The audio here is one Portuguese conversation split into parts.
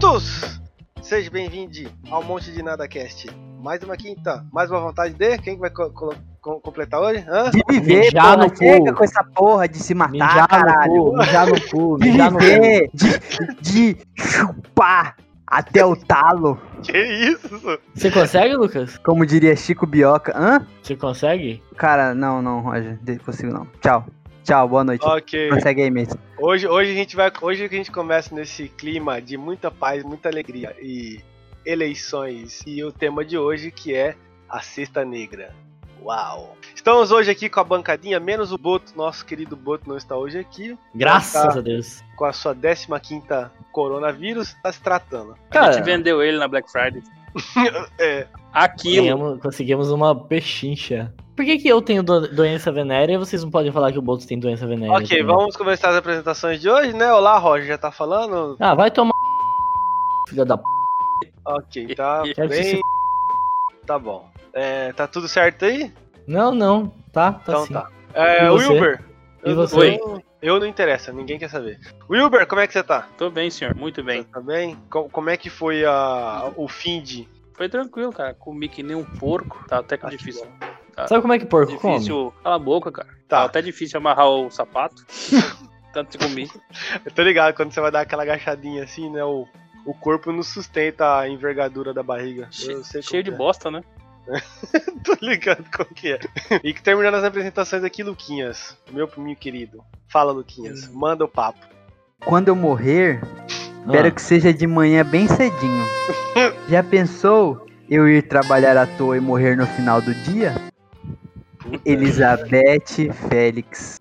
Putos! Seja bem-vindo ao Monte de Nada Cast. Mais uma quinta, mais uma vontade de... Quem vai completar hoje? Hã? De viver, mijar porra, no chega cu. com essa porra de se matar, Mijar caralho. mijar no cu, De mijar no cu. viver, de chupar até o talo. Que isso? Você consegue, Lucas? Como diria Chico Bioca. Hã? Você consegue? Cara, não, Roger. Não consigo não. Tchau, boa noite. Ok. Consegue aí mesmo. Hoje a gente começa nesse clima de muita paz, muita alegria e eleições. E o tema de hoje que é a Sexta Negra. Uau! Estamos hoje aqui com a bancadinha, menos o Boto, nosso querido Boto não está hoje aqui. Graças a Deus. Com a sua 15ª coronavírus, está se tratando. A Cara, gente vendeu ele na Black Friday. É, Aquilo. conseguimos uma pechincha. Por que eu tenho doença venérea e vocês não podem falar que o Boto tem doença venérea? ok, também? vamos começar as apresentações de hoje, né? Olá, Roger, já tá falando? Ah, vai tomar filha da p. Ok, tá Quero que bem. Tá bom. Tá tudo certo aí? Não, tá Então sim. tá. E você? Wilber. E você? Oi. Eu não interessa, ninguém quer saber. Wilber, como é que você tá? Tô bem, senhor. Muito bem. Você tá bem? Como é que foi o fim de... Foi tranquilo, cara. Comi que nem um porco. Tá até que Acho difícil. bom. Tá Sabe como é que porco come? difícil. Cala a boca, cara. Tá. Tá até difícil amarrar o sapato. Tanto que comi. Eu tô ligado, quando você vai dar aquela agachadinha assim, né? O corpo não sustenta a envergadura da barriga. Eu sei Cheio de como bosta, né? Tô ligado como que é. E que terminando as apresentações aqui, Luquinhas. Meu querido. Fala, Luquinhas. Manda o papo. Quando eu morrer, espero que seja de manhã bem cedinho. Já pensou eu ir trabalhar à toa e morrer no final do dia? Elizabeth Félix,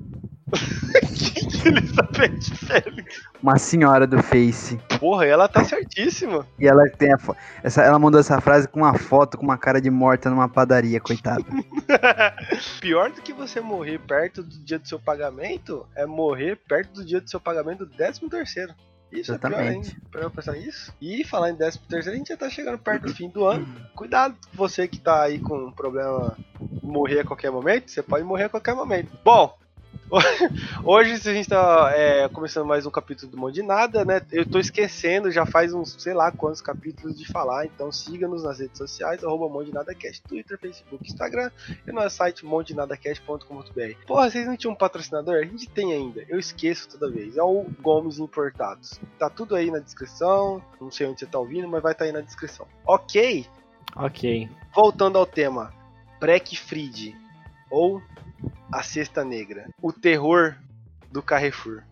Elizabeth Félix. uma senhora do Face. Porra, ela tá certíssima. E ela tem ela mandou essa frase com uma foto com uma cara de morta numa padaria, coitada. Pior do que você morrer perto do dia do seu pagamento é morrer perto do dia do seu pagamento do 13º. Isso é Exatamente. pior ainda, pra eu pensar nisso. E falar em 13º, a gente já tá chegando perto do fim do ano. Cuidado, você que tá aí com um problema de morrer a qualquer momento, você pode morrer a qualquer momento. Bom, hoje a gente tá começando mais um capítulo do Monte de Nada, né? Eu tô esquecendo, já faz uns, sei lá quantos capítulos de falar, então siga-nos nas redes sociais, @mondinadacast, Twitter, Facebook, Instagram e no nosso site mondinadacast.com.br. Porra, vocês não tinham um patrocinador? A gente tem ainda, eu esqueço toda vez, é o Gomes Importados. Tá tudo aí na descrição, não sei onde você tá ouvindo, mas vai estar aí na descrição. Ok, voltando ao tema, Black Friday, ou a Sexta Negra, o terror do Carrefour.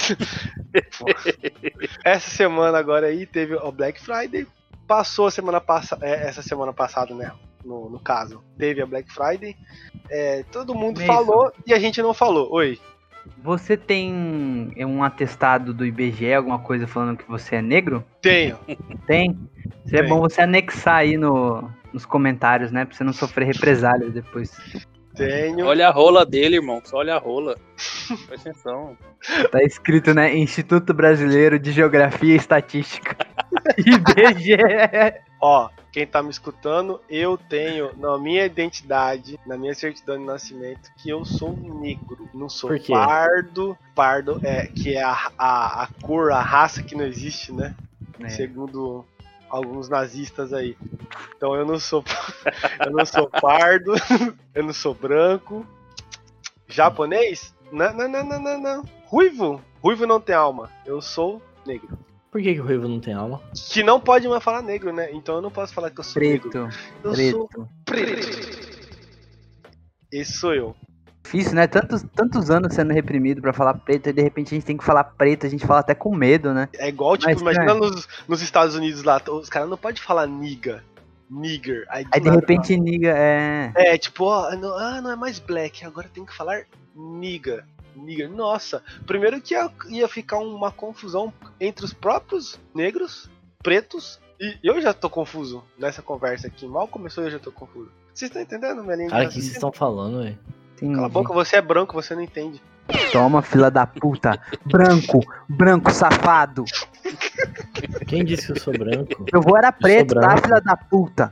Essa semana agora aí teve o Black Friday, passou a semana passada, essa semana passada, né? No caso, teve a Black Friday. Todo mundo falou e a gente não falou. Oi. Você tem um atestado do IBGE, alguma coisa falando que você é negro? Tenho. Tem? Seria Tem. bom você anexar aí nos comentários, né? Pra você não sofrer represálias depois. Tenho. Olha a rola dele, irmão. Só olha a rola. Presta atenção. Tá escrito, né? Instituto Brasileiro de Geografia e Estatística. IBGE. Ó, quem tá me escutando, eu tenho na minha identidade, na minha certidão de nascimento, que eu sou negro. Não sou Por quê? pardo. Pardo que é a cor, a raça que não existe, né? Segundo alguns nazistas aí. Então eu não sou pardo, eu não sou branco. Japonês? Não. Ruivo não tem alma. Eu sou negro. Por que o Ruivo não tem alma? Que não pode mais falar negro, né? Então eu não posso falar que eu sou negro. Eu sou preto. Esse sou eu. Difícil, né? Tantos anos sendo reprimido pra falar preto, e de repente a gente tem que falar preto, a gente fala até com medo, né? É igual, tipo, Mas, imagina nos Estados Unidos lá, os caras não podem falar nigger. Aí de repente niga tipo, não é mais black, agora tem que falar nigger. Nossa, primeiro que ia ficar uma confusão entre os próprios negros, pretos, e eu já tô confuso nessa conversa aqui. Mal começou e eu já tô confuso. Vocês estão entendendo, minha linha? Cara, o que vocês estão falando, velho? Cala a boca, você é branco, você não entende. Toma, fila da puta. Branco, safado. Quem disse que eu sou branco? Eu vou era preto, tá, branco. fila da puta?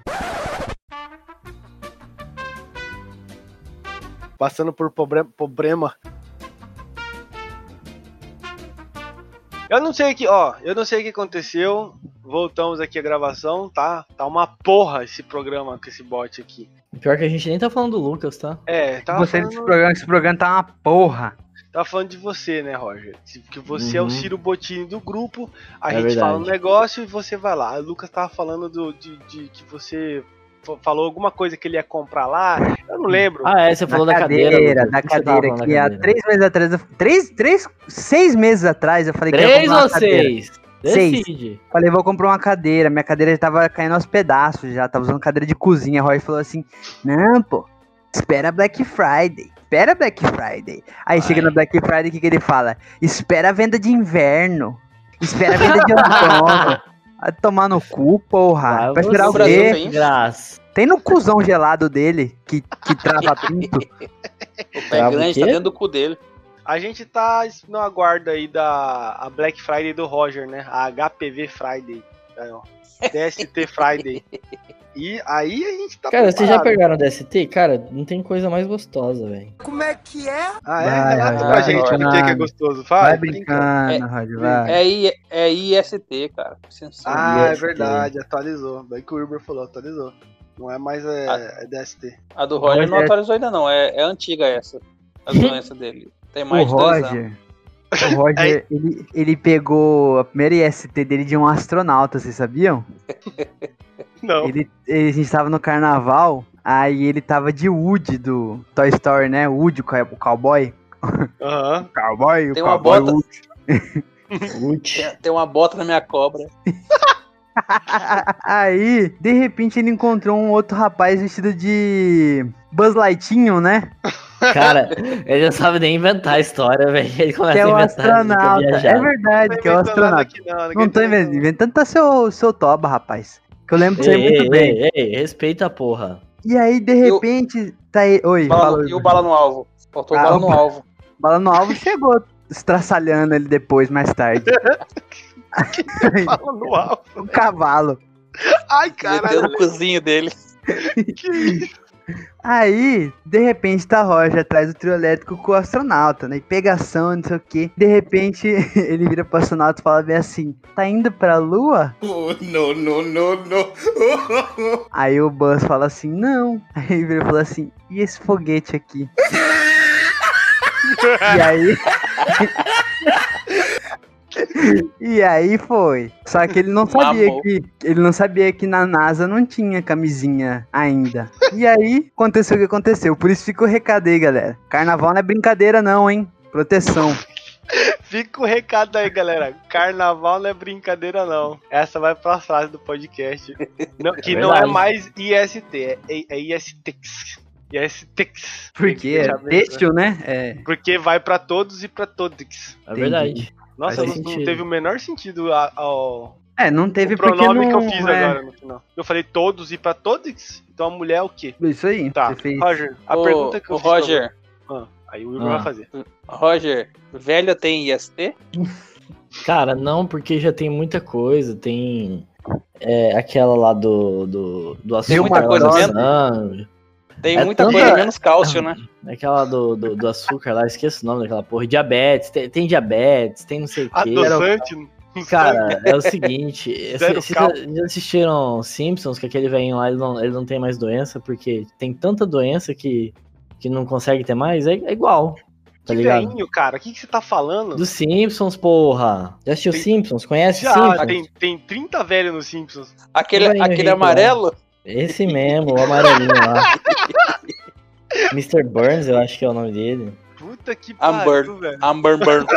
Passando por problema. Eu não sei o que, ó, eu não sei o que aconteceu. Voltamos aqui à gravação, tá? Tá uma porra esse programa com esse bot aqui. Pior que a gente nem tá falando do Lucas, tá? Tava Esse programa tá uma porra. Tava falando de você, né, Roger? Que você é o Ciro Bottini do grupo, a gente verdade. fala um negócio e você vai lá. O Lucas tava falando de que você falou alguma coisa que ele ia comprar lá, eu não lembro. Você falou da cadeira. Lucas. Da O que você tava cadeira, falando que da há cadeira? 6 meses atrás eu falei que ia 3 comprar ou uma cadeira. 6? 6. Decide. Falei, vou comprar uma cadeira. Minha cadeira já tava caindo aos pedaços já. Tava usando cadeira de cozinha. A Roy falou assim: não, pô, espera Black Friday. Espera Black Friday. Aí chega na Black Friday, o que ele fala? Espera a venda de inverno. Espera a venda de outono. Vai tomar no cu, porra. Vai esperar o quê? Graça. Tem no cuzão gelado dele que trava pinto. O pé grande tá dentro do cu dele. A gente tá no aguardo aí da Black Friday do Roger, né? A HPV Friday. Aí, ó. DST Friday. E aí a gente tá Cara, vocês já preparado. pegaram o DST? Cara, não tem coisa mais gostosa, velho. Como é que é? Relata pra gente por que é gostoso. Vai brincando, Roger, vai. É IST, cara. É IST. verdade, atualizou. Bem que o Uber falou, atualizou. Não é mais DST. A do Roger não atualizou ainda não, é antiga essa. A doença dele. Tem mais de 2 anos. O Roger, ele pegou a primeira IST dele de um astronauta, vocês sabiam? Não. A gente tava no carnaval, aí ele tava de Woody do Toy Story, né? Woody, o cowboy. Aham. Cowboy, o Tem uma cowboy bota. Woody. Tem uma bota na minha cobra. Aí, de repente, ele encontrou um outro rapaz vestido de Buzz Lightinho, né? Cara, ele não sabe nem inventar a história, velho. Ele começa Que é a o inventar. astronauta. É verdade, que é o astronauta. Não tô inventando, tá seu toba, rapaz. Que eu lembro que você muito bem. Ei, respeita a porra. E aí, de repente, tá aí. Oi, E o bala no alvo? Faltou bala no alvo. Bala no alvo chegou estraçalhando ele depois, mais tarde. Bala no alvo. O cavalo. Ai, Meteu caralho. no cozinho dele. Que isso? Aí, de repente, tá Roger atrás do trio elétrico com o astronauta, né? E pegação, não sei o que. De repente, ele vira pro astronauta e fala bem assim: tá indo pra lua? No. Aí o Buzz fala assim: não. Aí ele vira e fala assim: e esse foguete aqui? E aí. E aí foi. Só que ele não sabia Mamou. que na NASA não tinha camisinha ainda. E aí aconteceu o que aconteceu. Por isso fica o recado aí, galera. Carnaval não é brincadeira não, hein? Proteção. Fica o recado aí, galera. Carnaval não é brincadeira, não. Essa vai pra frase do podcast. Não, que não é verdade. mais IST, é ISTX. ISTX. Porque é têxtil, né? É. Porque vai pra todos e pra todos. É verdade. Nossa, Faz não sentido. teve o menor sentido ao É, não teve o pronome porque que não, eu fiz é. agora no final. Eu falei todos e pra todos, então a mulher é o quê? Isso aí. Tá, Você fez. Roger, a pergunta que eu O fiz pra Roger, você. Aí o Igor vai fazer. Roger, velho tem IST? Cara, não, porque já tem muita coisa. Tem aquela lá do açúcar. Tem muita lá coisa do mesmo? sangue. Tem É muita tanta- coisa menos cálcio, né? Aquela do açúcar lá, esqueço o nome daquela porra. Diabetes, tem diabetes, tem não sei o quê. Adoçante no sangue. Cara, é o seguinte, Zero vocês cal. já assistiram Simpsons, que aquele velhinho lá, ele não tem mais doença, porque tem tanta doença que não consegue ter mais? É igual, tá Que ligado? velhinho, cara, o que você tá falando? Dos Simpsons, porra. Já assistiu Tem- Simpsons? Conhece Já, Simpsons? tem 30 velhos nos Simpsons. Aquele Velho rico, amarelo? Esse mesmo, o amarelinho lá. Mr. Burns, eu acho que é o nome dele. Puta que Amber. pariu, velho. Amber Burn.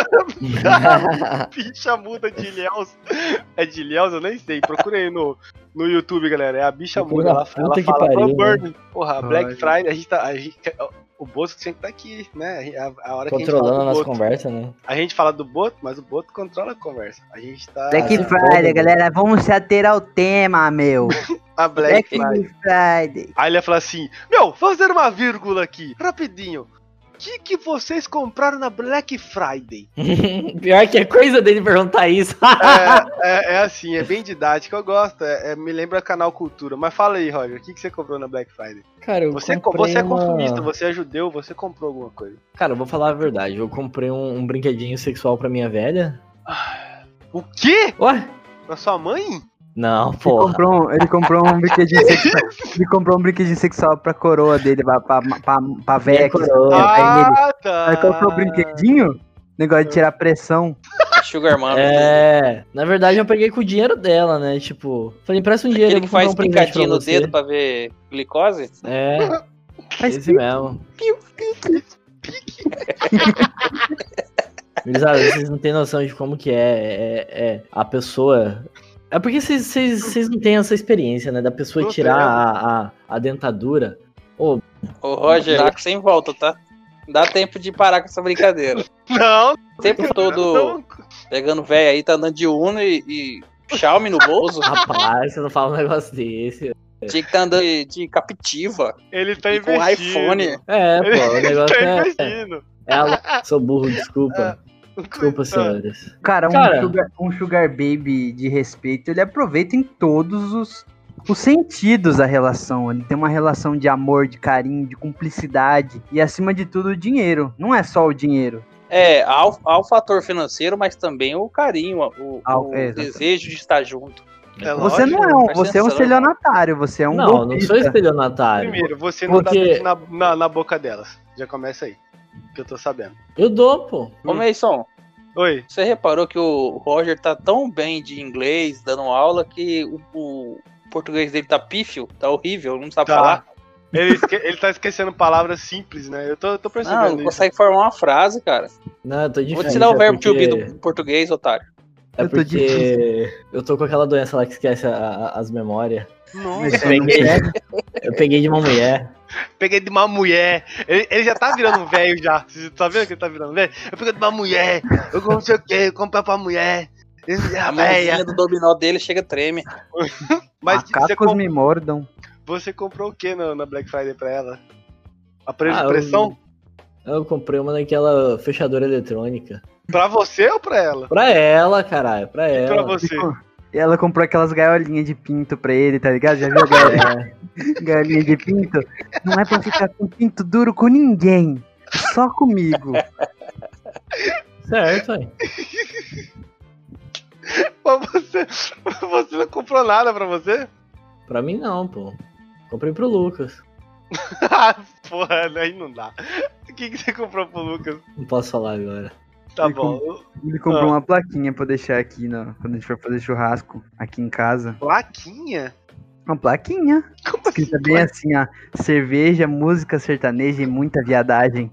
Bicha muda de Ilhéus. É de Ilhéus? Eu nem sei. Procura aí no YouTube, galera. É a bicha Procura muda. Ela puta que fala pariu, Burn. Porra, Black Olha. Friday. O Boto sempre tá aqui, né? A hora que a gente Controlando a fala do nossa Boto. conversa, né? A gente fala do Boto, mas o Boto controla a conversa. A gente tá... Black se Friday, foda, galera. Vamos se ater ao tema, meu. A Black Black Friday. Friday. Aí ele ia falar assim, meu, fazer uma vírgula aqui, rapidinho. O que vocês compraram na Black Friday? Pior que é coisa dele perguntar isso. É assim, é bem didático, eu gosto, me lembra Canal Cultura. Mas fala aí, Roger, o que você comprou na Black Friday? Cara, eu Você comprei é uma- consumista, você é judeu, você comprou alguma coisa. Cara, eu vou falar a verdade. Eu comprei um brinquedinho sexual pra minha velha. O quê? Ué? Pra sua mãe? Não, Ele porra. comprou um brinquedinho sexual. Ele comprou um brinquedinho sexual pra coroa dele, pra véia que coroa. Ah, tá. Aí comprou o brinquedinho, negócio de tirar pressão. Sugar Mama. Na verdade eu peguei com o dinheiro dela, né? Tipo, falei, empresta um dinheiro. Aquele eu que vou comprar faz um presente pra picadinho no você. dedo pra ver glicose? É, Mas esse mesmo. Gurizada, vocês não têm noção de como que é a pessoa... É porque vocês não têm essa experiência, né? Da pessoa Não tirar a dentadura. Ô, Ô, Roger, tá sem volta, tá? Dá tempo de parar com essa brincadeira. Não. O tempo todo pegando véia aí, tá andando de Uno e Xiaomi no bolso. rapaz, você não fala um negócio desse. Tinha que tá andando de Captiva Ele tá e com investindo. iPhone. É, pô, o negócio Tá é... investindo. Sou burro, desculpa. Desculpa, senhores. Cara, Cara. Um sugar baby de respeito, ele aproveita em todos os sentidos da relação. Ele tem uma relação de amor, de carinho, de cumplicidade e, acima de tudo, o dinheiro. Não é só o dinheiro. É, há o fator financeiro, mas também o carinho, o Exatamente. desejo de estar junto. É Você lógico. não é presta você é um atenção. estelionatário, você é um Não, não golpista. sou estelionatário. Primeiro, você não dá Porque- beijo na boca delas. Já começa aí. Que eu tô sabendo. Eu dou, pô. Ô, Mason, Oi. você reparou que o Roger tá tão bem de inglês, dando aula, que o português dele tá pífio, tá horrível, não sabe Tá. falar. Ele tá esquecendo palavras simples, né? Eu tô Não, percebendo não isso. consegue formar uma frase, cara. Não, eu tô difícil. Vou te ensinar o verbo to be porque... do português, otário. É Eu tô porque eu tô com aquela doença lá que esquece as memórias. Nossa. Mas você não quer? Eu peguei de uma mulher. Peguei de uma mulher. Ele já tá virando um velho já. Você tá vendo que ele tá virando velho? Eu peguei de uma mulher. Eu não sei o que, eu comprei pra mulher. A A mãozinha véia. do dominó dele chega treme. Mas você, Macacos me mordam. você comprou o que na Black Friday pra ela? Aparelho de eu- pressão? Eu comprei uma daquela fechadora eletrônica. Pra você ou pra ela? Pra ela, caralho, pra E pra ela. você? E ela comprou aquelas gaiolinhas de pinto pra ele, tá ligado? Já viu a gaiolinha de pinto? Não é pra ficar com pinto duro com ninguém. Só comigo. Certo, aí. Mas você não comprou nada pra você? Pra mim não, pô. Comprei pro Lucas. Ah, porra, aí não dá. O que você comprou pro Lucas? Não posso falar agora. Tá Ele bom. Ele comprou uma plaquinha pra deixar aqui quando a gente for fazer churrasco aqui em casa. Plaquinha? Uma plaquinha. Escrita bem assim, ó. Cerveja, música sertaneja e muita viadagem.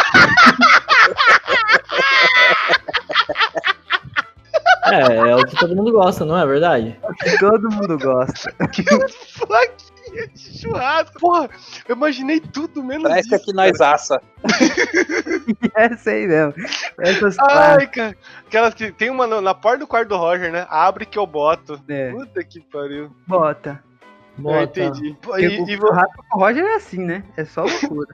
É o que todo mundo gosta, não é verdade? Todo mundo gosta. Plaquinha de churrasco. Porra, eu imaginei tudo menos Parece isso. que nós assa. Essa aí mesmo. Essas Ai, cara. Aquelas que tem uma na porta do quarto do Roger, né? Abre que eu boto. É, Puta que pariu. bota. Eu Bota. entendi. E o churrasco com o Roger é assim, né? É só loucura.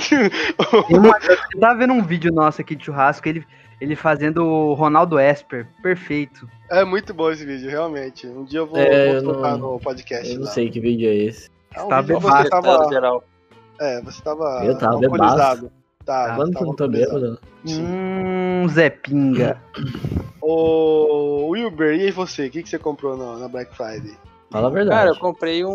Eu tava vendo um vídeo nosso aqui de churrasco, ele fazendo o Ronaldo Esper. Perfeito. É muito bom esse vídeo, realmente. Um dia eu vou É, colocar eu no podcast. Eu não lá. sei que vídeo é esse. É um Tá vídeo que bebaço, você tava. Geral. Você tava. Eu tava alcoolizado. Tá, Quando você que eu tava não tô alcoolizado. bêbado? Zé Pinga. Ô, Wilber, e aí você? O que você comprou na Black Friday? Fala a Cara, verdade. eu comprei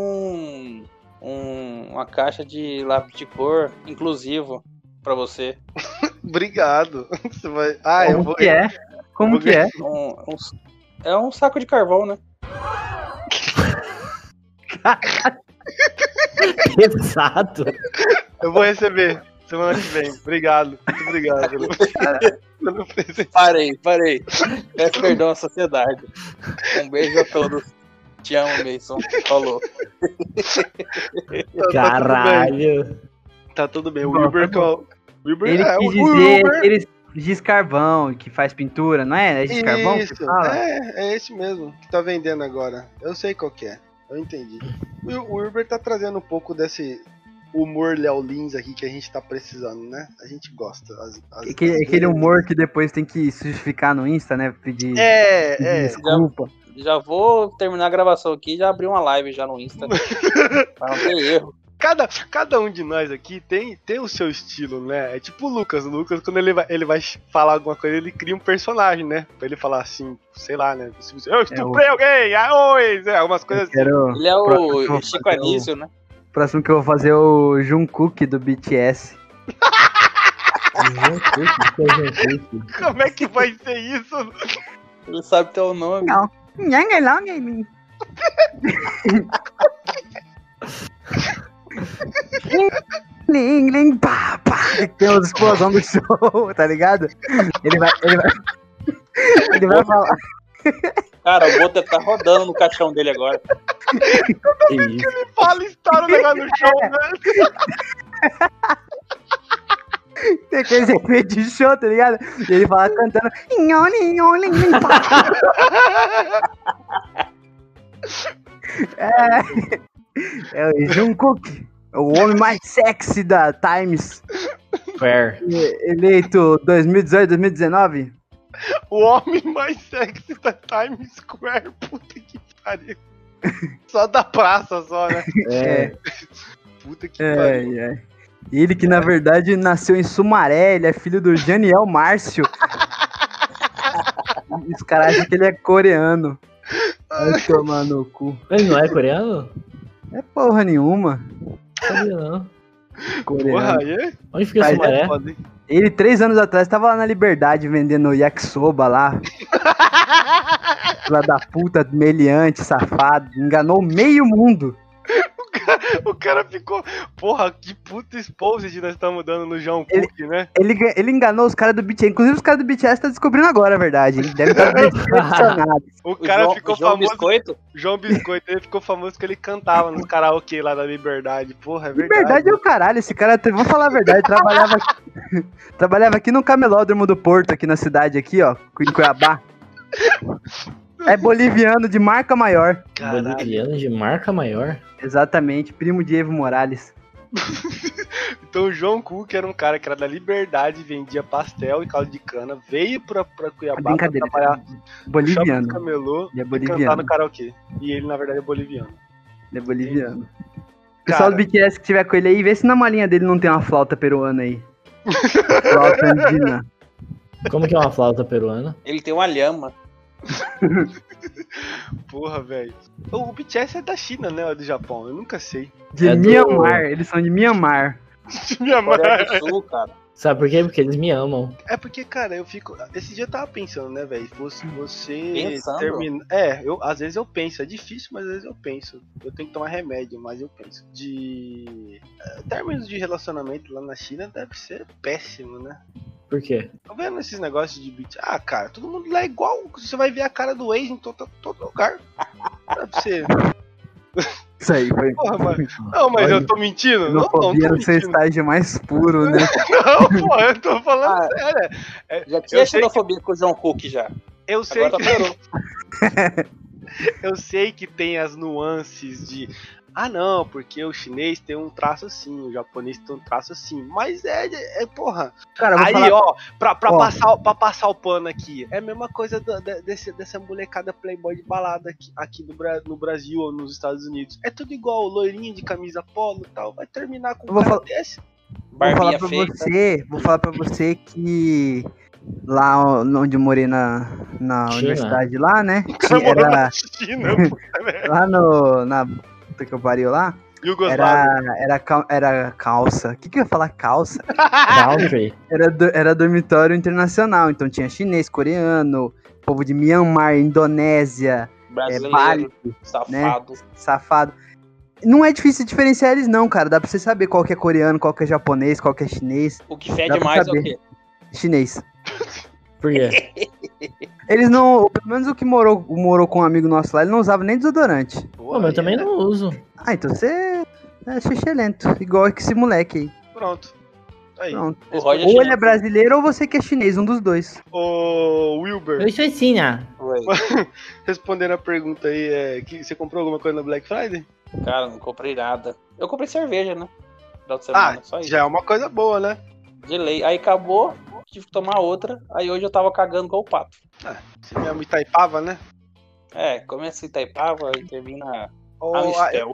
uma caixa de lápis de cor inclusivo pra você. Obrigado. Você vai. Ah, eu Como vou. que é? Como vou que é? É um saco de carvão, né? Exato. Eu vou receber semana que vem. Obrigado. Muito obrigado. pelo presente. Parei. Peço perdão à sociedade. Um beijo a todos. Te amo, Mason. Falou. Caralho. Tá tudo bem. O Bom, Wilber, tá bom. o Wilber Ele é quis o dizer Wilber. aqueles giz carvão que faz pintura, não é? É giz carvão que Isso, fala? é esse mesmo que tá vendendo agora. Eu sei qual que é. Eu entendi. O Wilber tá trazendo um pouco desse humor Léo Lins aqui que a gente tá precisando, né? A gente gosta. Aquele humor que depois tem que se justificar no Insta, né? Pedir É. desculpa. Já vou terminar a gravação aqui e já abrir uma live já no Insta. Pra não ter erro. Cada um de nós aqui tem o seu estilo, né? É tipo o Lucas. O Lucas, quando ele vai falar alguma coisa, ele cria um personagem, né? Pra ele falar assim, sei lá, né? Eu estuprei alguém! Oi! Algumas coisas assim. Ele é o Chico Anísio, né? Próximo que eu vou fazer é o Jungkook do BTS. Como é que vai ser isso? Ele sabe teu nome. Não. Ling, ling, pá, pá. Tem uma explosão do show, tá ligado? Ele vai falar. Cara, o Bota tá rodando no caixão dele agora. Ele fala e estoura o negócio no show, né? Tem aqueles efeitos de show, tá ligado? E ele fala cantando. É o Jungkook, o homem mais sexy da Times. Fair. Eleito 2018-2019. O homem mais sexy da Times Square, puta que pariu. Só da praça, só, né? É. Puta que pariu. É. Ele que, na verdade, nasceu em Sumaré, ele é filho do Janiel Márcio. Os caras acham que ele é coreano. Vai tomar no cu. Ele não é coreano? É porra nenhuma. Sabia não. Coreano. Porra, aí? Onde fica Mas Sumaré? Foda, hein? Ele, 3 anos atrás, tava lá na Liberdade vendendo yakisoba lá. Filha da puta, meliante, safado. Enganou meio mundo. O cara ficou. Porra, que puta exposed nós estamos dando no João Cook, né? Ele enganou os caras do BTS. Inclusive, os caras do BTS estão descobrindo agora a verdade. Eles devem estar decepcionados. O cara ficou João famoso. Biscoito? João Biscoito, ele ficou famoso porque ele cantava nos karaokê lá da Liberdade. Porra, é verdade. Liberdade é o caralho. Esse cara, vou falar a verdade, trabalhava aqui no Camelódromo do Porto, aqui na cidade, aqui, ó, em Cuiabá. É boliviano de marca maior. Caralho. Boliviano de marca maior. Exatamente, primo de Evo Morales. Então o João Cook era um cara que era da Liberdade, vendia pastel e caldo de cana, veio pra Cuiabá pra Brincadeira, trabalhar no shopping boliviano. do Camelô Ele é e cantar boliviano. no karaokê. E ele, na verdade, é boliviano. Ele é boliviano. Pessoal do BTS que tiver com ele aí, vê se na malinha dele não tem uma flauta peruana aí. Flauta andina. Como que é uma flauta peruana? Ele tem uma lhama. Porra, velho. O BTS é da China, né? Ou do Japão? Eu nunca sei. De É do- Myanmar, eles são de Myanmar. Minha mãe. Coreia do Sul, cara. Sabe por quê? Porque eles me amam. É porque, cara, eu fico. Esse dia eu tava pensando, né, velho? Você Pensando? termina. Às vezes eu penso, é difícil, mas às vezes eu penso. Eu tenho que tomar remédio, mas eu penso. Términos de relacionamento lá na China deve ser péssimo, né? Por quê? Tô vendo esses negócios de beat. Ah, cara, todo mundo lá é igual. Você vai ver a cara do ex em todo lugar. Deve ser. Isso aí foi. Porra, não, mas eu tô mentindo? Não tô Xenofobia no seu mentindo. estágio mais puro, né? Não, pô, eu tô falando Ah, sério. Já tinha Eu sei xenofobia com o João Cook já. Eu sei Agora que. piorou. Eu sei que tem as nuances de. Ah, não, porque o chinês tem um traço assim, o japonês tem um traço assim. Mas porra. Cara, eu vou Aí, falar. ó, pra Ó. passar o pano aqui, é a mesma coisa dessa molecada playboy de balada aqui no Brasil ou nos Estados Unidos. É tudo igual, loirinho de camisa polo e tal. Vai terminar com Eu um vou cara falar- desse. Barbinha feia. Vou falar pra você que lá onde eu morei na China. universidade lá, né? O cara morou Era na China, puta merda. lá na puta que eu pariu lá, Yugoslávia. era calça. O que eu ia falar calça? Country. Era dormitório internacional, então tinha chinês, coreano, povo de Myanmar, Indonésia, Brasileiro, Bali, safado. safado. Não é difícil diferenciar eles não, cara. Dá pra você saber qual que é coreano, qual que é japonês, qual que é chinês. O que Dá fede pra mais é saber. o quê? Chinês. Por quê? Eles não, pelo menos o que morou com um amigo nosso lá, ele não usava nem desodorante. Pô, mas eu também não uso. Ah, então você é xixelento, igual esse moleque aí. Pronto. Aí. Pronto. O Roger Ou ele é chinês. brasileiro ou você que é chinês, um dos dois. Ô, Wilber, Eu sou China. Ué, respondendo a pergunta aí, que você comprou alguma coisa no Black Friday? cara, não comprei nada. Eu comprei cerveja, né? Final de semana, só isso. Já é uma coisa boa, né? De lei. Aí acabou, tive que tomar outra. Aí hoje eu tava cagando com o pato. Você mesmo Itaipava, né? É, começa em Itaipava e termina Ô, Amistel.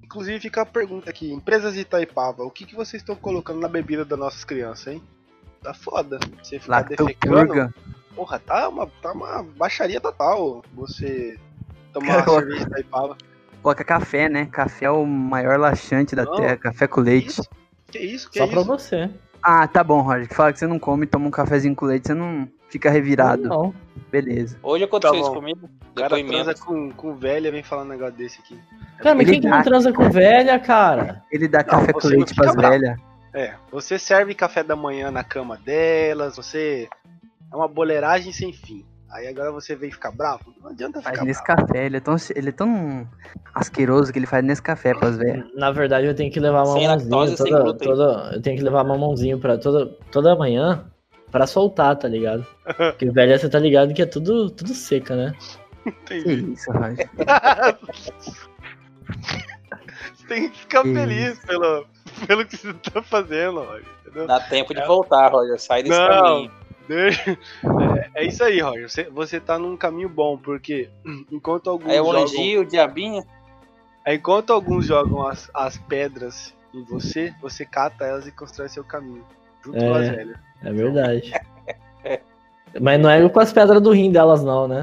Inclusive fica a pergunta aqui, empresas de Itaipava, o que vocês estão colocando na bebida das nossas crianças, hein? Tá foda. Você ficar defecando, Lactopurga. porra, tá uma baixaria total você tomar Cara, uma cerveja de Itaipava. Coloca café, né? Café é o maior laxante da Não, terra. Café com leite. Que isso? Que Só isso? pra você. Ah, tá bom, Roger. Que fala que você não come e toma um cafezinho com leite, você não fica revirado. Não. Beleza. Hoje aconteceu Tá isso bom. comigo. O cara transa Depoimento. com velha, vem falar um negócio desse aqui. Cara, mas Ele quem que não dá- transa com velha, cara? Ele dá Não, café com você não leite fica pras bravo. velhas. Você serve café da manhã na cama delas, você... É uma boleiragem sem fim. Aí agora você vem ficar bravo? Não adianta Faz ficar nesse bravo. café. Ele é tão asqueroso que ele faz nesse café pras velhas. Na verdade, eu tenho que levar Sem mamãozinho lactose, sem glúten. eu tenho que levar mamãozinho pra toda manhã pra soltar, tá ligado? Porque velha, você tá ligado que é tudo seca, né? Que Entendi. isso, Roger. Você tem que ficar Que feliz pelo que você tá fazendo, Roger, entendeu? Dá tempo de voltar, Roger. Sai desse Não. caminho. É isso aí, Roger. Você tá num caminho bom, porque enquanto alguns Aí é o jogam, anjinho, o diabinho. enquanto alguns jogam as pedras em você, você cata elas e constrói seu caminho. Junto com as velhas. É verdade. Mas não é com as pedras do rim delas, não, né?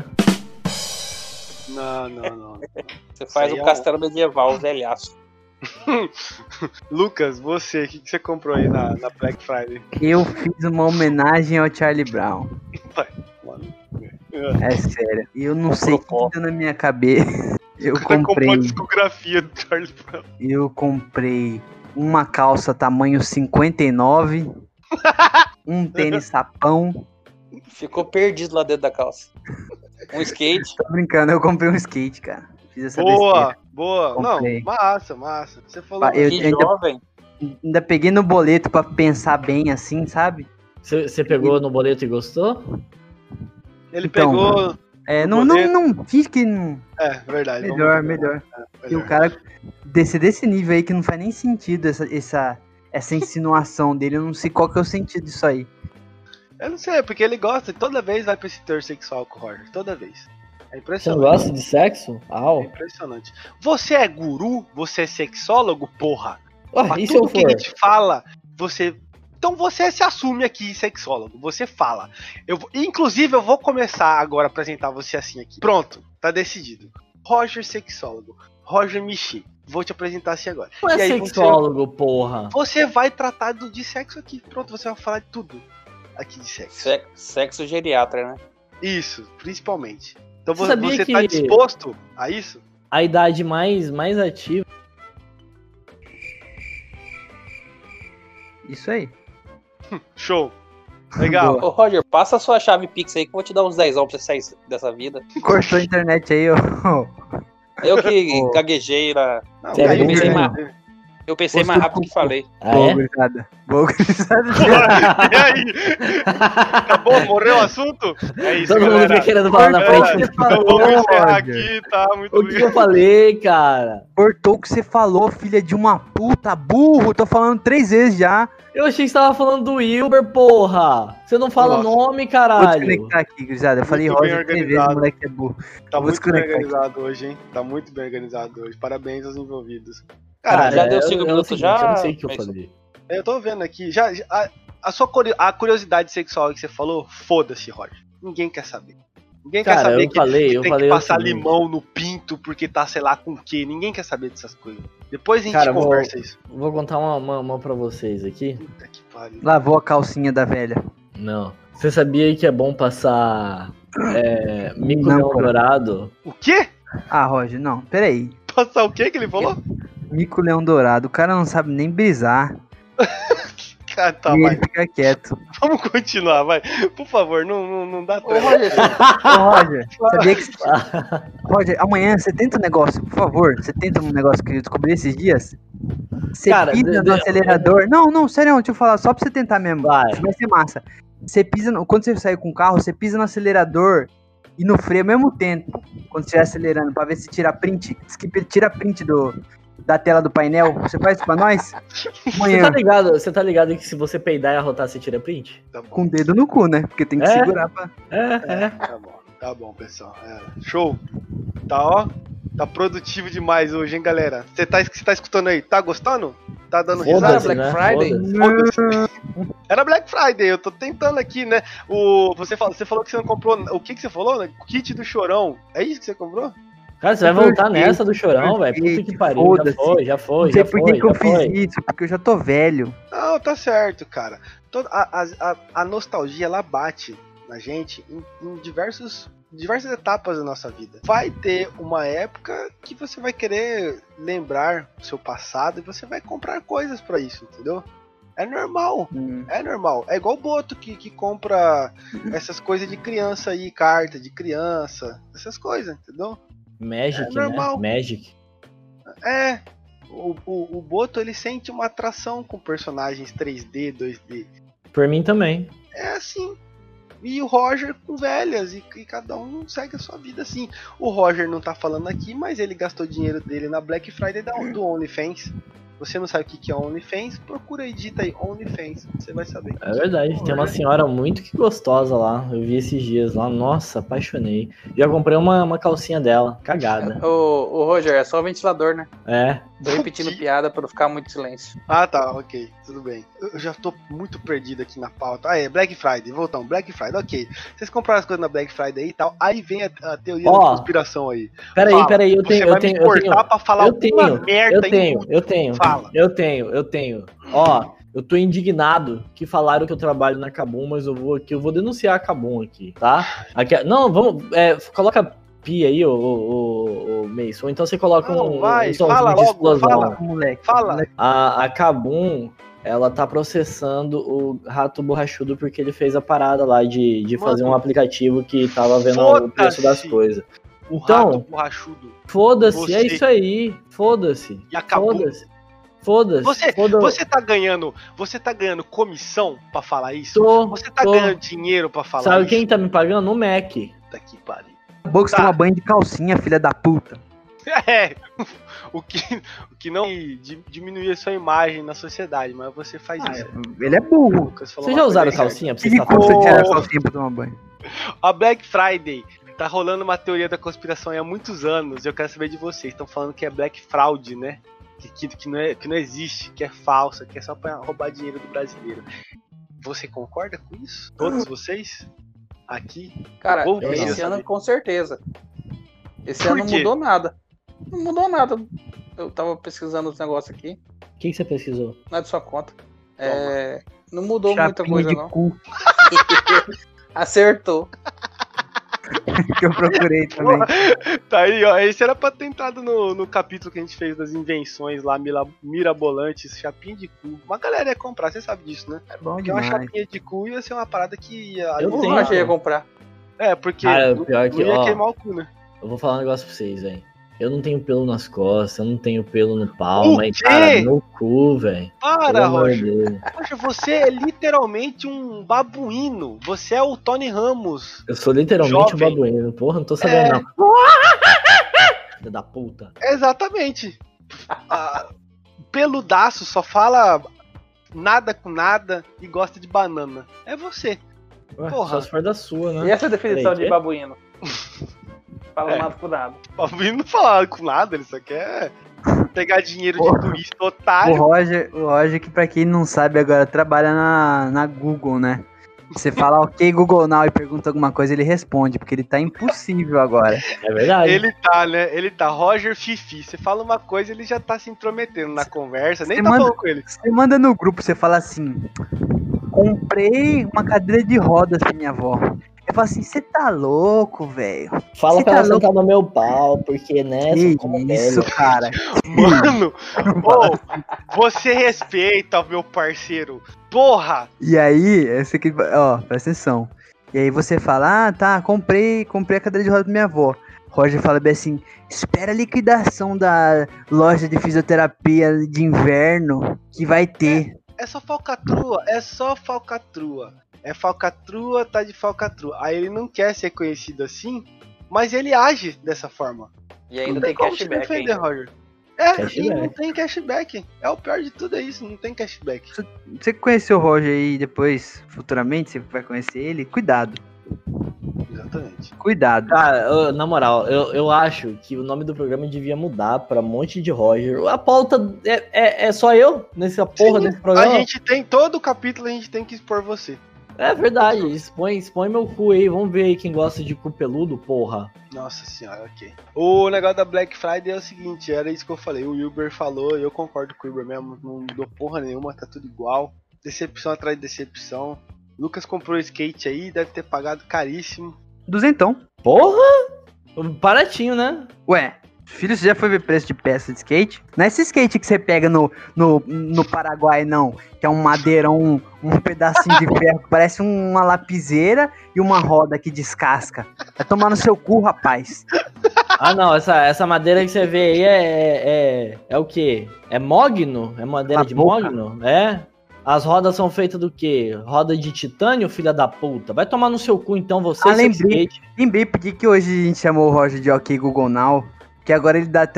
Não. Você faz aí um é castelo medieval, velhaço. Lucas, você, o que você comprou aí na Black Friday? Eu fiz uma homenagem ao Charlie Brown. Mano, É sério. Eu não sei o que Comprou. deu na minha cabeça. Eu Você comprou comprei. a discografia do Charlie Brown. Eu comprei uma calça tamanho 59, um tênis sapão. Ficou perdido lá dentro da calça. Um skate. Tô brincando, eu comprei um skate, cara. Fiz essa besteira. Boa. Comprei. Não, massa. Você falou. Eu Que ainda- jovem. Ainda peguei no boleto pra pensar bem assim, sabe? Você pegou no boleto e gostou? Ele Então, pegou. É, No não fiz que não. É, verdade. Melhor, vamos- melhor. E melhor. o cara desse nível aí que não faz nem sentido essa insinuação dele. Eu não sei qual que é o sentido disso aí. Eu não sei, porque ele gosta, toda vez vai pra esse teor sexual com o Roger. Toda vez. É Você não impressionante. gosta de sexo? É Au. impressionante. Você é guru? Você é sexólogo, porra? Ué, Pra e se eu tudo que for? a gente fala, você. Então você se assume aqui, sexólogo. Você fala. Inclusive, eu vou começar agora a apresentar você assim aqui. Pronto, tá decidido. Roger sexólogo. Roger Michi. Vou te apresentar assim agora. Não é E aí sexólogo, porra. Você vai tratar de sexo aqui. Pronto, você vai falar de tudo aqui de sexo. Sexo geriatra, né? Isso, principalmente. Então Você sabia você tá que- disposto a isso? A idade mais ativa. Isso aí. Show. Legal. Boa. Ô, Roger, passa a sua chave Pix aí que eu vou te dar uns 10 pra você sair dessa vida. Cortou a internet aí, ó. Eu que Ô. gaguejei lá. Não, Você é aí bom, você- né? Eu pensei mais rápido que falei. Ah, Boa, é? gurizada. Boa, gurizada. E aí? Acabou? Morreu o assunto? É isso, Todo mundo galera. fica querendo falar na Galera, frente. então vamos encerrar Roger. aqui, tá? Muito O que eu obrigado. falei, cara? Cortou o que você falou, filha de uma puta, burro. Tô falando 3 vezes já. Eu achei que você tava falando do Wilber, porra. Você não fala Nossa. nome, Vou caralho. desconectar aqui, gurizada. Eu falei Muito bem Roger 3 vezes, organizado. moleque é burro. Tá Vou muito bem desconectar aqui. organizado hoje, hein? Tá muito bem organizado hoje. Parabéns aos envolvidos. Cara, Cara, já deu eu- 5 eu- minutos eu já? não sei o que eu É isso. falei. eu tô vendo aqui. A curiosidade sexual que você falou, foda-se, Roger. Ninguém quer saber. Ninguém quer Cara, saber eu falei tem o que passar seguinte. limão no pinto porque tá sei lá com o quê. Ninguém quer saber dessas coisas. Depois a gente Cara, conversa isso. Vou contar uma pra vocês aqui. Puta que pariu. Lavou a calcinha da velha. Não. Você sabia que é bom passar mico Não, leão cara. dourado? O quê? Ah, Roger, não. Peraí. Passar o quê que ele falou? Mico Leão Dourado. O cara não sabe nem brisar. Cara, tá, e vai. ele fica quieto. Vamos continuar, vai. Por favor, não dá Ô, trela. Roger, Ô, Roger, sabia que... Roger, amanhã você tenta um negócio, por favor. Você tenta um negócio que eu descobri esses dias. Você Cara, pisa no acelerador. Não, sério, deixa eu falar, só pra você tentar mesmo. Vai. Vai ser massa. Você pisa, quando você sair com o carro, você pisa no acelerador e no freio ao mesmo tempo. Quando você estiver acelerando, pra ver se tira print. Diz que tira print da tela do painel. Você faz isso pra nós? Amanhã. Você tá ligado que se você peidar e arrotar, você tira print? Tá bom, Com o dedo no cu, né? Porque tem que É? segurar pra... É. tá bom, pessoal. Show. Tá, ó. Tá produtivo demais hoje, hein, galera? Você tá escutando aí? Tá gostando? Tá dando Foda-se, risada? Black Friday? Foda-se. Era Black Friday, eu tô tentando aqui, né? Você falou que você não comprou. O que você falou, né? O kit do Chorão. É isso que você comprou? Cara, você vai voltar nessa do Chorão, velho? Puta que pariu. Já foi. Não sei por que eu fiz isso, porque eu já tô velho. Não, tá certo, cara. A nostalgia, ela bate na gente em diversas etapas da nossa vida. Vai ter uma época que você vai querer lembrar o seu passado e você vai comprar coisas pra isso, entendeu? É normal, é normal. É igual o Boto que compra essas coisas de criança aí, carta de criança, essas coisas, entendeu? Magic, é normal. né? Magic. É. O Boto, ele sente uma atração com personagens 3D, 2D. Por mim também. É assim. E o Roger com velhas, e cada um segue a sua vida assim. O Roger não tá falando aqui, mas ele gastou dinheiro dele na Black Friday do OnlyFans. Você não sabe o que é OnlyFans? Procura aí, digita aí OnlyFans, você vai saber. É verdade, tem uma senhora muito que gostosa lá. Eu vi esses dias lá, nossa, apaixonei. Já comprei uma calcinha dela, cagada. Ô, Roger, é só o ventilador, né? É. Tô repetindo piada pra não ficar muito silêncio. Ah, tá, ok, tudo bem. Eu já tô muito perdido aqui na pauta. Ah, é, Black Friday, voltamos, Black Friday, ok. Vocês compraram as coisas na Black Friday e tal, aí vem a teoria da conspiração aí. Peraí, eu tenho. Você vai me cortar pra falar alguma merda aí. Fala. Eu tenho. Ó, eu tô indignado que falaram que eu trabalho na Kabum, mas eu vou denunciar a Kabum aqui, tá? Aqui, não, vamos, coloca pi aí, o Mason, ou então você coloca um somzinho fala de logo, explosão. fala, moleque. Fala. A Kabum, ela tá processando o Rato Borrachudo porque ele fez a parada lá de fazer um aplicativo que tava vendo o preço das coisas. Então, Rato Borrachudo. Foda-se, é isso aí. Foda-se. E acabou. Foda-se. Você tá ganhando comissão pra falar isso? Tô. Você tá ganhando dinheiro pra falar Sabe isso? quem tá me pagando? O Mac. Puta que pariu. Box toma banho de calcinha, filha da puta. É, o que não diminuir a sua imagem na sociedade, mas você faz isso. Ele é burro. Vocês já usaram calcinha pra Que vocês custa tirar a calcinha pra tomar banho? A Black Friday, tá rolando uma teoria da conspiração há muitos anos, e eu quero saber de vocês. Estão falando que é Black Fraud, né? Que não existe, que é falsa, que é só pra roubar dinheiro do brasileiro. Você concorda com isso? Todos vocês? Aqui? Cara, esse ano com certeza. Esse ano não mudou nada. Não mudou nada. Eu tava pesquisando os negócios aqui. O que você pesquisou? Não é de sua conta. Não mudou muita coisa, não. Cu. Acertou. Que eu procurei também. Tá aí, ó. Esse era pra ter entrado no capítulo que a gente fez das invenções lá, mirabolantes, chapinha de cu. Uma galera ia comprar, você sabe disso, né? É bom porque demais. uma chapinha de cu ia ser uma parada que ia... Eu achei ia comprar. É, porque pior que, ia queimar o cu, né? Eu vou falar um negócio pra vocês, velho. Eu não tenho pelo nas costas, eu não tenho pelo no pau, mas, cara, no cu, velho. Para, Roger. Roger, você é literalmente um babuíno. Você é o Tony Ramos. Eu sou literalmente jovem. um babuíno. Porra, não tô sabendo, não. Filha da puta. Exatamente. Peludaço, só fala nada com nada e gosta de banana. É você. Ué, Porra. só se for da sua, né? E essa definição Peraí, de babuíno? Fala nada com nada. Babuíno não fala com nada, ele só quer pegar dinheiro de turista, otário. O Roger, que pra quem não sabe agora, trabalha na Google, né? Você fala ok Google Now e pergunta alguma coisa, ele responde, porque ele tá impossível agora. É verdade. Ele tá, né? Ele tá Roger Fifi. Você fala uma coisa, ele já tá se intrometendo na conversa, nem tá falando com ele. Você manda no grupo, você fala assim: comprei uma cadeira de rodas pra minha avó. Eu falo assim, você tá louco, velho? Fala Cê pra tá ela sentar no meu pau, porque, né? Que como isso, velho. cara? Mano, você respeita o meu parceiro. Porra! E aí, esse aqui, ó, presta atenção. E aí você fala, tá, comprei a cadeira de rodas pra minha avó. Roger fala bem assim, espera a liquidação da loja de fisioterapia de inverno que vai ter. É só falcatrua. É falcatrua, tá de falcatrua. Aí ele não quer ser conhecido assim, mas ele age dessa forma. E ainda Não tem como se cashback, defender, hein? Roger. E não tem cashback. É o pior de tudo, é isso, não tem cashback. Você conheceu o Roger aí depois, futuramente, você vai conhecer ele? Cuidado. Exatamente. Cuidado. Cara, na moral, eu acho que o nome do programa devia mudar pra Monte de Roger. A pauta é só eu nessa porra Sim, desse programa? A gente tem, todo capítulo a gente tem que expor você. É verdade, expõe meu cu aí. Vamos ver aí quem gosta de cu peludo, porra. Nossa senhora, ok. O negócio da Black Friday é o seguinte, era isso que eu falei. O Wilber falou, e eu concordo com o Wilber mesmo, não mudou porra nenhuma, tá tudo igual. Decepção atrás de decepção. Lucas comprou skate aí, deve ter pagado caríssimo. Duzentão. Porra! Baratinho, né? Ué, filho, você já foi ver preço de peça de skate? Não é esse skate que você pega no Paraguai, não. Que é um madeirão, um pedacinho de ferro que parece uma lapiseira e uma roda que descasca. Vai tomar no seu cu, rapaz. Ah, não, essa madeira que você vê aí é o quê? É mogno? É madeira Na de boca. mogno? É? As rodas são feitas do quê? Roda de titânio, filha da puta? Vai tomar no seu cu então, você e seu lembrei. skate. Lembrei por que hoje a gente chamou o Roger de OK Google Now. Que agora ele dá até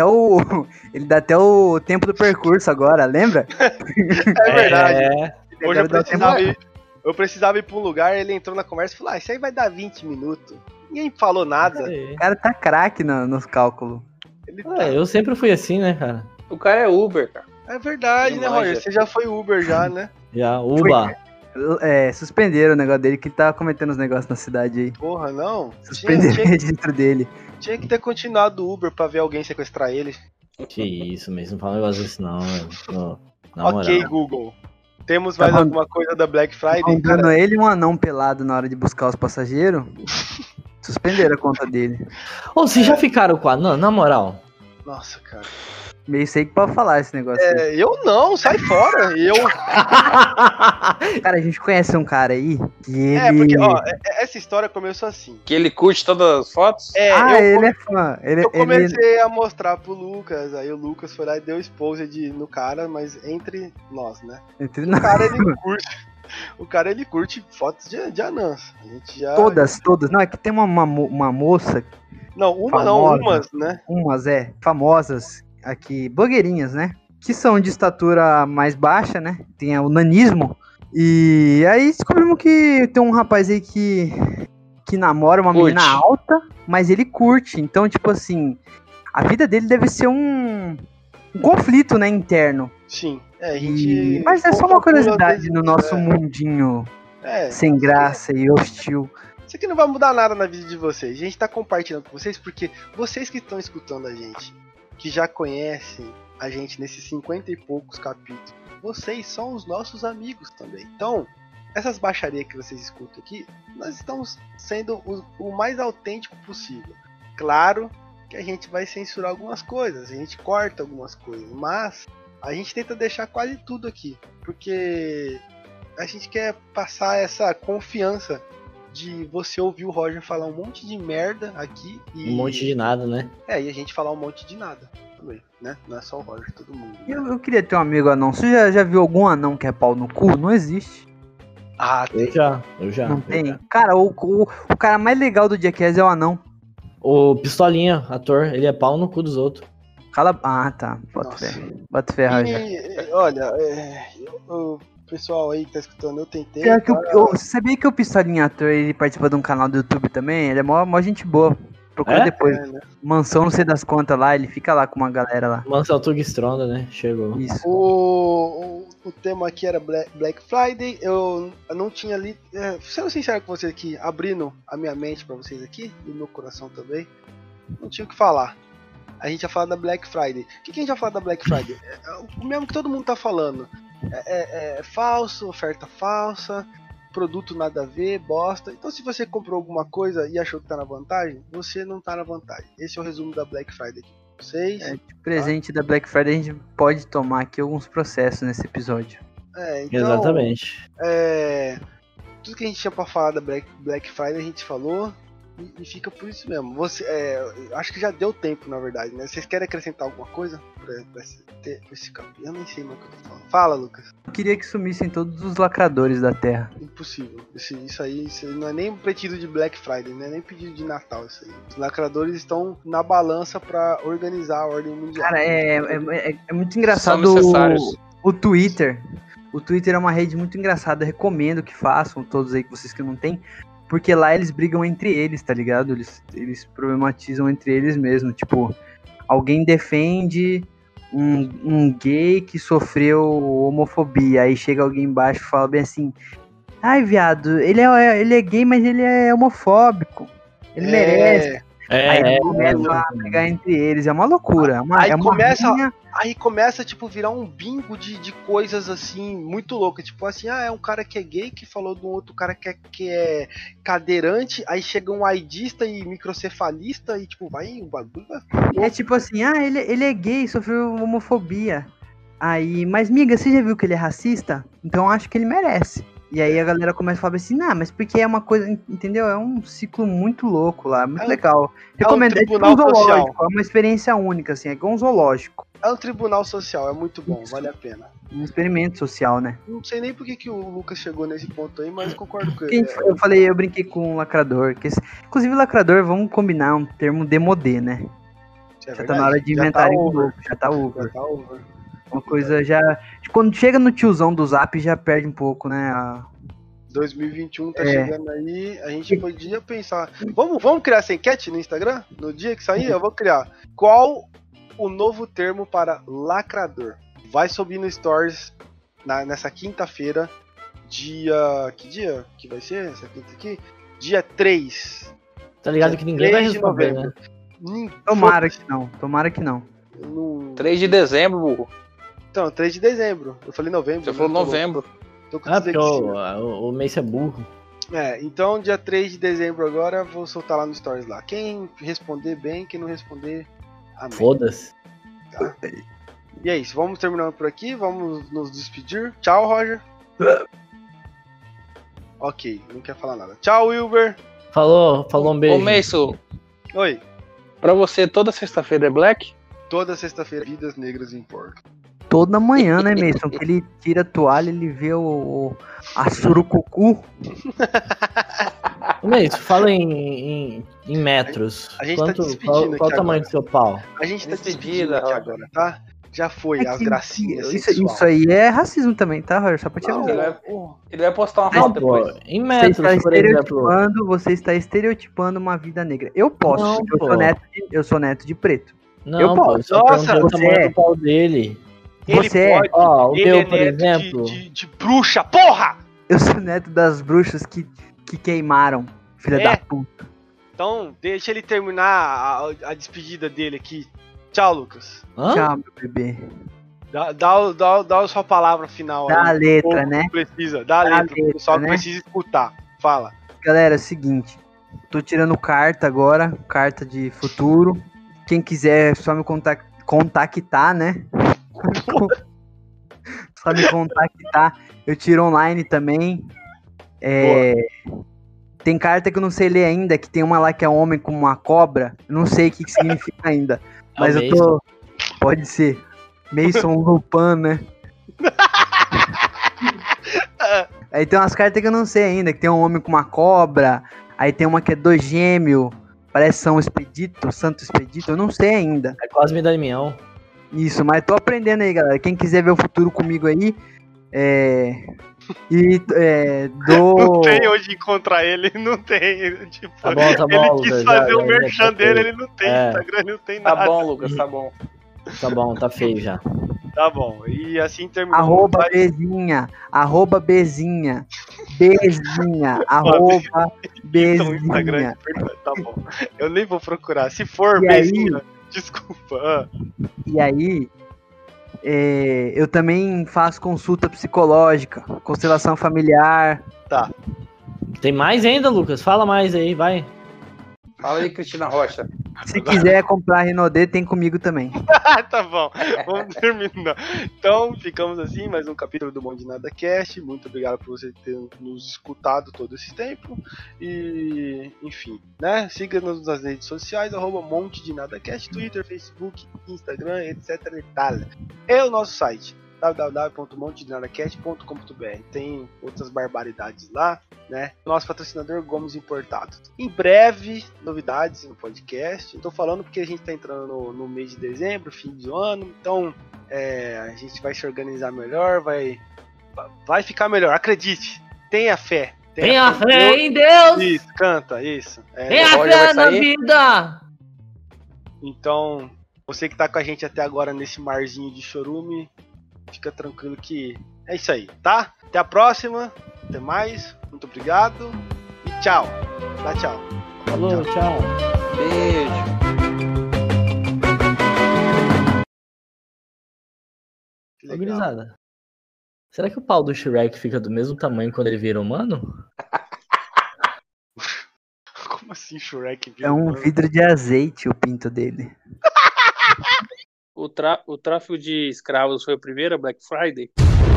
o tempo do percurso agora, lembra? É verdade. É. Hoje Agora dá tempo- eu precisava ir pra um lugar, ele entrou na conversa e falou, isso aí vai dar 20 minutos. Ninguém falou nada. O cara tá craque nos cálculos. Ele tá... Eu sempre fui assim, né, cara? O cara é Uber, cara. É verdade, Ele né, manja. Roger? Você já foi Uber já, né? Já, Uba. Suspenderam o negócio dele, que ele tava cometendo uns negócios na cidade aí. Porra, não. Suspenderam o registro dele. Tinha que ter continuado o Uber pra ver alguém sequestrar ele. Que isso, mesmo. Não fala um negócio desse não, velho. Não, na Ok, moral. Google. Temos mais Tá bom. alguma coisa da Black Friday? Mandando Cara, ele um anão pelado na hora de buscar os passageiros. Suspenderam a conta dele. Ô, vocês já ficaram com a... Não, na moral. nossa, cara. Meio sei que pode falar esse negócio aí. Eu não, sai fora. Cara, a gente conhece um cara aí que ele... Porque, ó, essa história começou assim. Que ele curte todas as fotos? ele é fã. Eu comecei a mostrar pro Lucas, aí o Lucas foi lá e deu exposed no cara, mas entre nós, né? Entre O nós. cara, ele curte. O cara, ele curte fotos de anãs. A gente já... Todas. Não, é que tem uma moça, Não, uma famosa. não, umas, né? famosas aqui, blogueirinhas, né? Que são de estatura mais baixa, né? Tem o nanismo. E aí descobrimos que tem um rapaz aí que namora uma Curte. menina alta, mas ele curte. Então, tipo assim, a vida dele deve ser um conflito, né, interno. Sim. A gente... Mas é só uma curiosidade no nosso É. mundinho É, sem graça e hostil. isso aqui não vai mudar nada na vida de vocês. A gente tá compartilhando com vocês porque vocês que estão escutando a gente, que já conhecem a gente nesses 50 e poucos capítulos, vocês são os nossos amigos também. Então, essas baixarias que vocês escutam aqui, nós estamos sendo o mais autêntico possível. Claro que a gente vai censurar algumas coisas, a gente corta algumas coisas, mas a gente tenta deixar quase tudo aqui, porque a gente quer passar essa confiança de você ouvir o Roger falar um monte de merda aqui e... Um monte de nada, né? e a gente falar um monte de nada também, né? Não é só o Roger, todo mundo. Né? Eu queria ter um amigo anão. Você já viu algum anão que é pau no cu? Não existe. Ah, tem. Eu já. Não tem? Cara, o cara mais legal do Jackass é o anão. O Pistolinha, ator, ele é pau no cu dos outros. Cala... Ah, tá. Bota Nossa. fé. Bota fé, Roger. E, olha, o pessoal aí que tá escutando, eu tentei. Pior que cara, você sabia que o Pistolinha ator, ele participa de um canal do YouTube também? Ele é mó gente boa. Procura É? depois. né? Mansão, não sei das contas lá, ele fica lá com uma galera lá. Mansell Tug Stronda, né? Chegou. Isso. O tema aqui era Black Friday. Eu não tinha lido. Sendo sincero com vocês aqui, abrindo a minha mente pra vocês aqui, e o meu coração também, não tinha o que falar. A gente ia falar da Black Friday. O que a gente ia falar da Black Friday? O mesmo que todo mundo tá falando. É falso, oferta falsa, produto nada a ver, bosta. Então se você comprou alguma coisa e achou que tá na vantagem, você não tá na vantagem. Esse é o resumo da Black Friday aqui pra vocês. De presente da Black Friday, a gente pode tomar aqui alguns processos nesse episódio. Então, Exatamente. tudo que a gente tinha pra falar da Black Friday a gente falou. E fica por isso mesmo. Acho que já deu tempo, na verdade, né? Vocês querem acrescentar alguma coisa pra esse capítulo? Eu nem sei mais o que eu tô falando. Fala, Lucas. Eu queria que sumissem todos os lacradores da Terra. Impossível. Isso aí não é nem um pedido de Black Friday, não é nem pedido de Natal isso aí. Os lacradores estão na balança pra organizar a ordem mundial. Cara, é muito engraçado São necessários. o Twitter. O Twitter é uma rede muito engraçada, eu recomendo que façam, todos aí que vocês que não têm. porque lá eles brigam entre eles, tá ligado? Eles problematizam entre eles mesmo. Tipo, alguém defende um gay que sofreu homofobia. Aí chega alguém embaixo e fala bem assim: ai, viado, ele é gay, mas ele é homofóbico. Ele merece. Aí eles começam a brigar entre eles. É uma loucura. Aí começa, tipo, virar um bingo de coisas, assim, muito loucas. Tipo assim, é um cara que é gay que falou de um outro cara que é cadeirante. Aí chega um aidista e microcefalista e, tipo, o bagulho vai ficar louco. É tipo assim, ele é gay, sofreu homofobia. Aí, mas miga, você já viu que ele é racista? Então acho que ele merece. E aí a galera começa a falar assim, mas porque é uma coisa, entendeu? É um ciclo muito louco lá, muito legal. Recomendo, é um tribunal tipo um zoológico, social. é uma experiência única, assim, é igual um zoológico. É um tribunal social, é muito bom, vale a pena. Um experimento social, né? Não sei nem por que o Lucas chegou nesse ponto aí, mas concordo com ele. Eu brinquei com o lacrador. Inclusive, lacrador, vamos combinar um termo demodê, né? Já tá na hora de inventarem um novo, já tá over. Já tá over. Uma coisa já... Quando chega no tiozão do Zap, já perde um pouco, né? 2021 tá chegando aí, a gente podia pensar... Vamos criar essa enquete no Instagram? No dia que sair, eu vou criar. Qual o novo termo para lacrador? Vai subir no Stories nessa quinta-feira, dia... Que dia que vai ser essa quinta aqui? Dia 3. Tá ligado que ninguém vai responder, né? Tomara que não. 3 de dezembro, burro. Então, 3 de dezembro. Eu falei novembro. Você falou novembro. Tô com porque o Mace é burro. Então dia 3 de dezembro agora, vou soltar lá no Stories lá. Quem responder bem, quem não responder, amém. Foda-se. Tá? E é isso, vamos terminando por aqui, vamos nos despedir. Tchau, Roger. Ok, não quer falar nada. Tchau, Wilber. Falou um beijo. Ô, Mason. Oi. Pra você, toda sexta-feira é black? Toda sexta-feira, vidas negras importam. Toda manhã, né, Mason? Que ele tira a toalha, ele vê a surucucu. Mason, fala em metros. A gente tá despedindo qual o tamanho do seu pau? A gente tá despedindo aqui agora, tá? Já foi, as gracinhas. Isso aí é racismo também, tá, Roger? Só pra te avisar. Ele vai postar uma foto depois. Em metros, por exemplo. Você está estereotipando uma vida negra. Eu posso, não, eu sou neto de preto. Não, eu posso. Nossa, o tamanho do pau dele. Você pode, o ele meu, por exemplo. De bruxa, porra! Eu sou neto das bruxas que queimaram, filha da puta. Então, deixa ele terminar a despedida dele aqui. Tchau, Lucas. Tchau, meu bebê. Dá a sua palavra final. Dá a letra, né? Precisa, dá a letra. O pessoal precisa escutar. Fala. Galera, é o seguinte. Tô tirando carta agora, carta de futuro. Quem quiser, só me contactar, né? Só me contactar. Eu tiro online também. Tem carta que eu não sei ler ainda, que tem uma lá que é homem com uma cobra. Eu não sei o que significa ainda. Mas eu tô... Pode ser. Mason Lupin, né? Aí tem umas cartas que eu não sei ainda, que tem um homem com uma cobra. Aí tem uma que é 2 gêmeos. Parece São Expedito, Santo Expedito. Eu não sei ainda. É Cosme e Damião. Isso, mas tô aprendendo aí, galera. Quem quiser ver o futuro comigo aí, Não tem onde encontrar ele, não tem. Tipo, tá bom, ele quis fazer o merchan dele, ele não tem Instagram, não tem nada. Tá bom, Lucas, tá bom. Tá bom, tá feio já. Tá bom, e assim terminou. Arroba Bezinha, arroba Bezinha, arroba Bezinha. Tá bom, eu nem vou procurar. Se for Bezinha, desculpa. E aí, eu também faço consulta psicológica, constelação familiar. Tá. Tem mais ainda, Lucas? Fala mais aí, vai. Fala aí, Cristina Rocha. Se quiser comprar Rinodê, tem comigo também. Tá bom, vamos terminar. Então, ficamos assim, mais um capítulo do Bom de Nada Cast. Muito obrigado por você ter nos escutado todo esse tempo. E, enfim, né? Siga-nos nas redes sociais, @Monte de Nada Cast, Twitter, Facebook, Instagram, etc e tal. E o nosso site, www.montedenadacast.com.br. Tem outras barbaridades lá, né? Nosso patrocinador Gomes Importados. Em breve, novidades no podcast. Eu tô falando porque a gente tá entrando no mês de dezembro, fim do ano, então a gente vai se organizar melhor, vai ficar melhor, acredite, tenha fé Tenha fé em Deus! Isso, canta, isso. Tenha o Roger fé vai na sair? vida! Então, você que tá com a gente até agora nesse marzinho de chorume, fica tranquilo que é isso aí, tá? Até a próxima, até mais, muito obrigado e tchau. Dá tchau. Falou, tchau. Beijo. Que Ô, legal. gurizada, será que o pau do Shrek fica do mesmo tamanho quando ele vira humano? Como assim Shrek? É um vidro de azeite o pinto dele. O tráfico de escravos foi o primeiro, Black Friday?